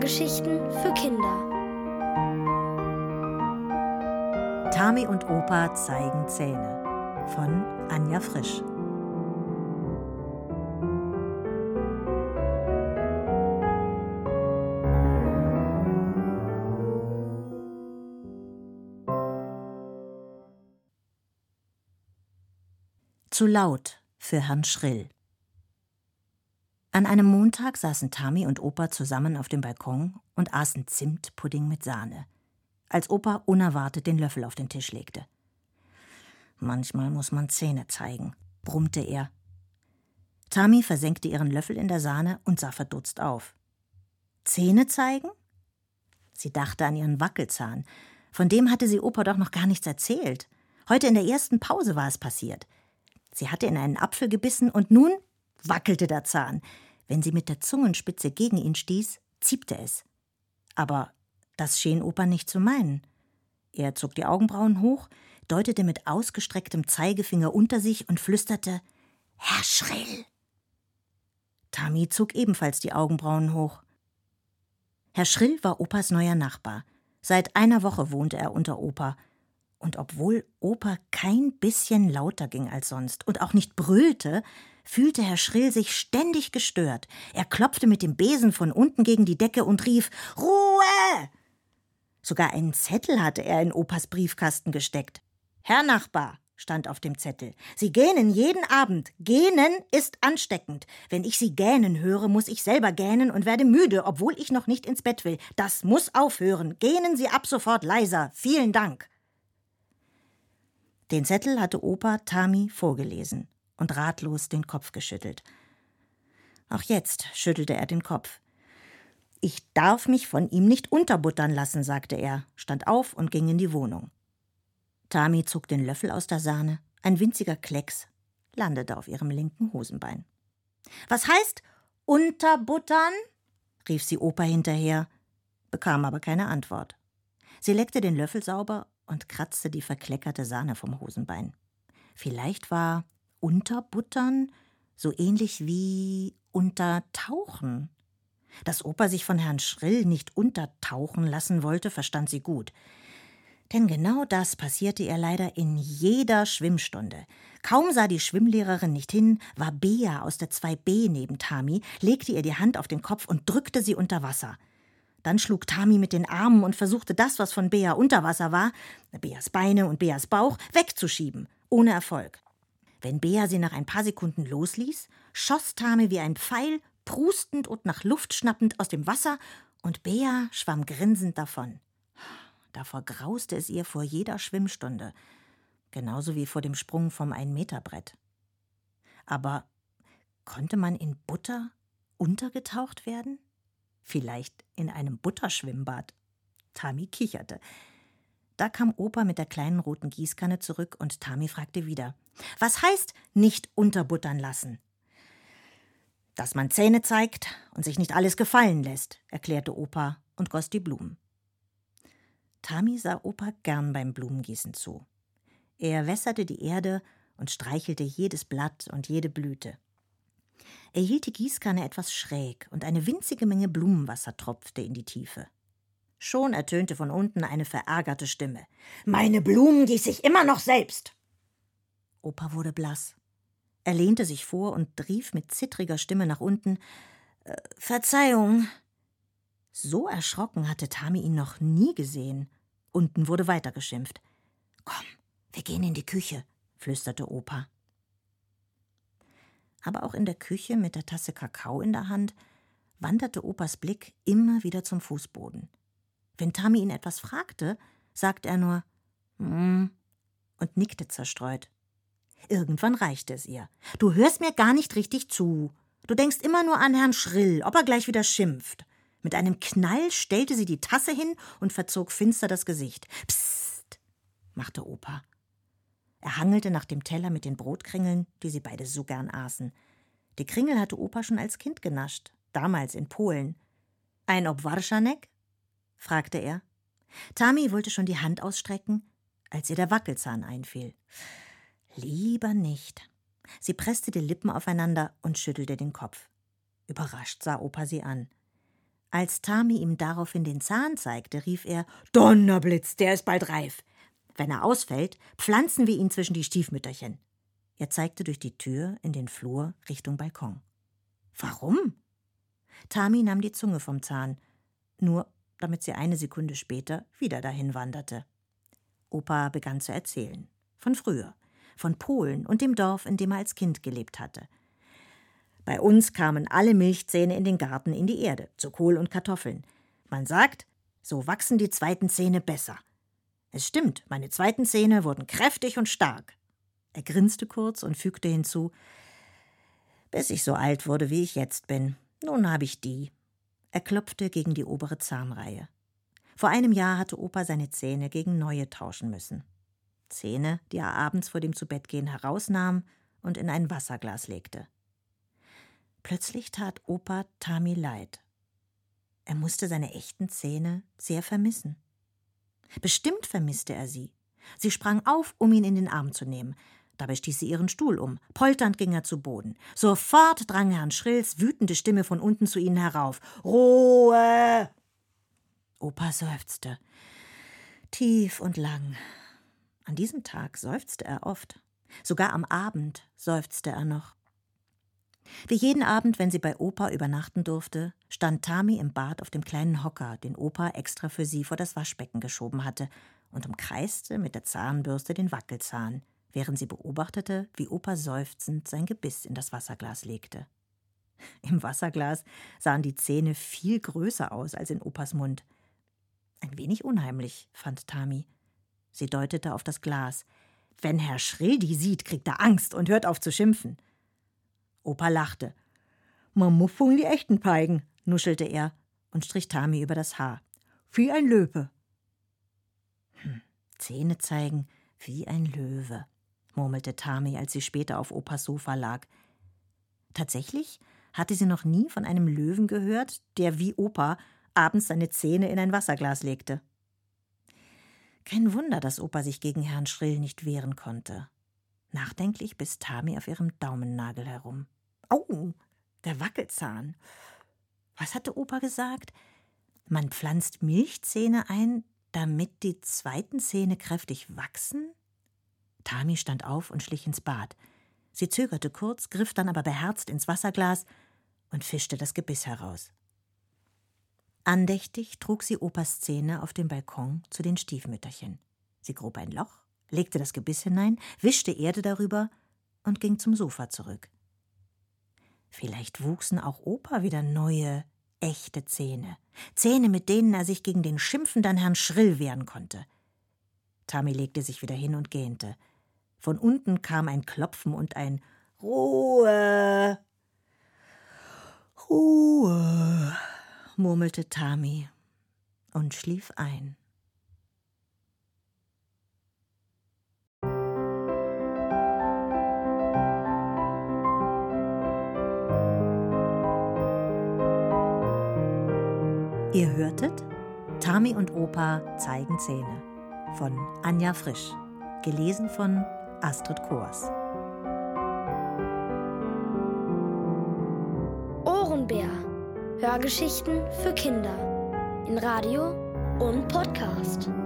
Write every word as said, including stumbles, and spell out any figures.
Hörgeschichten für Kinder. Tami und Opa zeigen Zähne von Anja Frisch. Zu laut für Herrn Schrill. An einem Montag saßen Tami und Opa zusammen auf dem Balkon und aßen Zimtpudding mit Sahne, als Opa unerwartet den Löffel auf den Tisch legte. »Manchmal muss man Zähne zeigen«, brummte er. Tami versenkte ihren Löffel in der Sahne und sah verdutzt auf. »Zähne zeigen?« Sie dachte an ihren Wackelzahn. Von dem hatte sie Opa doch noch gar nichts erzählt. Heute in der ersten Pause war es passiert. Sie hatte in einen Apfel gebissen und nun wackelte der Zahn. Wenn sie mit der Zungenspitze gegen ihn stieß, ziepte es. Aber das schien Opa nicht zu meinen. Er zog die Augenbrauen hoch, deutete mit ausgestrecktem Zeigefinger unter sich und flüsterte: »Herr Schrill!« Tami zog ebenfalls die Augenbrauen hoch. Herr Schrill war Opas neuer Nachbar. Seit einer Woche wohnte er unter Opa. Und obwohl Opa kein bisschen lauter ging als sonst und auch nicht brüllte, fühlte Herr Schrill sich ständig gestört. Er klopfte mit dem Besen von unten gegen die Decke und rief: »Ruhe!« Sogar einen Zettel hatte er in Opas Briefkasten gesteckt. »Herr Nachbar«, stand auf dem Zettel, »Sie gähnen jeden Abend. Gähnen ist ansteckend. Wenn ich Sie gähnen höre, muss ich selber gähnen und werde müde, obwohl ich noch nicht ins Bett will. Das muss aufhören. Gähnen Sie ab sofort leiser. Vielen Dank.« Den Zettel hatte Opa Tami vorgelesen und ratlos den Kopf geschüttelt. Auch jetzt schüttelte er den Kopf. »Ich darf mich von ihm nicht unterbuttern lassen«, sagte er, stand auf und ging in die Wohnung. Tami zog den Löffel aus der Sahne, ein winziger Klecks landete auf ihrem linken Hosenbein. »Was heißt unterbuttern?« rief sie Opa hinterher, bekam aber keine Antwort. Sie leckte den Löffel sauber und kratzte die verkleckerte Sahne vom Hosenbein. Vielleicht war unterbuttern so ähnlich wie untertauchen. Dass Opa sich von Herrn Schrill nicht untertauchen lassen wollte, verstand sie gut. Denn genau das passierte ihr leider in jeder Schwimmstunde. Kaum sah die Schwimmlehrerin nicht hin, war Bea aus der zwei B neben Tami, legte ihr die Hand auf den Kopf und drückte sie unter Wasser. Dann schlug Tami mit den Armen und versuchte das, was von Bea unter Wasser war, Beas Beine und Beas Bauch, wegzuschieben, ohne Erfolg. Wenn Bea sie nach ein paar Sekunden losließ, schoss Tami wie ein Pfeil, prustend und nach Luft schnappend aus dem Wasser, und Bea schwamm grinsend davon. Davor grauste es ihr vor jeder Schwimmstunde, genauso wie vor dem Sprung vom Ein-Meter-Brett. Aber konnte man in Butter untergetaucht werden? Vielleicht in einem Butterschwimmbad. Tami kicherte. Da kam Opa mit der kleinen roten Gießkanne zurück und Tami fragte wieder: »Was heißt nicht unterbuttern lassen?« »Dass man Zähne zeigt und sich nicht alles gefallen lässt«, erklärte Opa und goss die Blumen. Tami sah Opa gern beim Blumengießen zu. Er wässerte die Erde und streichelte jedes Blatt und jede Blüte. Er hielt die Gießkanne etwas schräg und eine winzige Menge Blumenwasser tropfte in die Tiefe. Schon ertönte von unten eine verärgerte Stimme: »Meine Blumen gieße ich immer noch selbst!« Opa wurde blass. Er lehnte sich vor und rief mit zittriger Stimme nach unten: äh, »Verzeihung!« So erschrocken hatte Tami ihn noch nie gesehen. Unten wurde weitergeschimpft. »Komm, wir gehen in die Küche«, flüsterte Opa. Aber auch in der Küche mit der Tasse Kakao in der Hand wanderte Opas Blick immer wieder zum Fußboden. Wenn Tami ihn etwas fragte, sagte er nur »Hm« und nickte zerstreut. Irgendwann reichte es ihr. »Du hörst mir gar nicht richtig zu. Du denkst immer nur an Herrn Schrill, ob er gleich wieder schimpft.« Mit einem Knall stellte sie die Tasse hin und verzog finster das Gesicht. »Psst«, machte Opa. Er hangelte nach dem Teller mit den Brotkringeln, die sie beide so gern aßen. Die Kringel hatte Opa schon als Kind genascht, damals in Polen. »Ein Obwarschanek?« fragte er. Tami wollte schon die Hand ausstrecken, als ihr der Wackelzahn einfiel. Lieber nicht. Sie presste die Lippen aufeinander und schüttelte den Kopf. Überrascht sah Opa sie an. Als Tami ihm daraufhin den Zahn zeigte, rief er: »Donnerblitz, der ist bald reif. Wenn er ausfällt, pflanzen wir ihn zwischen die Stiefmütterchen.« Er zeigte durch die Tür in den Flur Richtung Balkon. »Warum?« Tami nahm die Zunge vom Zahn, nur damit sie eine Sekunde später wieder dahin wanderte. Opa begann zu erzählen. Von früher, von Polen und dem Dorf, in dem er als Kind gelebt hatte. Bei uns kamen alle Milchzähne in den Garten in die Erde, zu Kohl und Kartoffeln. Man sagt, so wachsen die zweiten Zähne besser. Es stimmt, meine zweiten Zähne wurden kräftig und stark. Er grinste kurz und fügte hinzu: Bis ich so alt wurde, wie ich jetzt bin. Nun habe ich die. Er klopfte gegen die obere Zahnreihe. Vor einem Jahr hatte Opa seine Zähne gegen neue tauschen müssen. Zähne, die er abends vor dem Zubettgehen herausnahm und in ein Wasserglas legte. Plötzlich tat Opa Tami leid. Er musste seine echten Zähne sehr vermissen. Bestimmt vermisste er sie. Sie sprang auf, um ihn in den Arm zu nehmen. Dabei stieß sie ihren Stuhl um. Polternd ging er zu Boden. Sofort drang Herrn Schrills wütende Stimme von unten zu ihnen herauf. »Ruhe!« Opa seufzte. Tief und lang. An diesem Tag seufzte er oft. Sogar am Abend seufzte er noch. Wie jeden Abend, wenn sie bei Opa übernachten durfte, stand Tami im Bad auf dem kleinen Hocker, den Opa extra für sie vor das Waschbecken geschoben hatte, und umkreiste mit der Zahnbürste den Wackelzahn, während sie beobachtete, wie Opa seufzend sein Gebiss in das Wasserglas legte. Im Wasserglas sahen die Zähne viel größer aus als in Opas Mund. Ein wenig unheimlich, fand Tami. Sie deutete auf das Glas. »Wenn Herr Schrill die sieht, kriegt er Angst und hört auf zu schimpfen.« Opa lachte. »Mamuffung die echten Peigen«, nuschelte er und strich Tami über das Haar. »Wie ein Löwe.« Hm, Zähne zeigen wie ein Löwe, murmelte Tami, als sie später auf Opas Sofa lag. Tatsächlich hatte sie noch nie von einem Löwen gehört, der wie Opa abends seine Zähne in ein Wasserglas legte. Kein Wunder, dass Opa sich gegen Herrn Schrill nicht wehren konnte. Nachdenklich biss Tami auf ihrem Daumennagel herum. Au, der Wackelzahn. Was hatte Opa gesagt? Man pflanzt Milchzähne ein, damit die zweiten Zähne kräftig wachsen? Tami stand auf und schlich ins Bad. Sie zögerte kurz, griff dann aber beherzt ins Wasserglas und fischte das Gebiss heraus. Andächtig trug sie Opas Zähne auf dem Balkon zu den Stiefmütterchen. Sie grub ein Loch, legte das Gebiss hinein, wischte Erde darüber und ging zum Sofa zurück. Vielleicht wuchsen auch Opa wieder neue, echte Zähne. Zähne, mit denen er sich gegen den schimpfenden Herrn Schrill wehren konnte. Tami legte sich wieder hin und gähnte. Von unten kam ein Klopfen und ein »Ruhe! Ruhe«, murmelte Tami und schlief ein. Ihr hörtet Tami und Opa zeigen Zähne von Anja Frisch, gelesen von Astrid Koers. Ohrenbär. Hörgeschichten für Kinder in Radio und Podcast.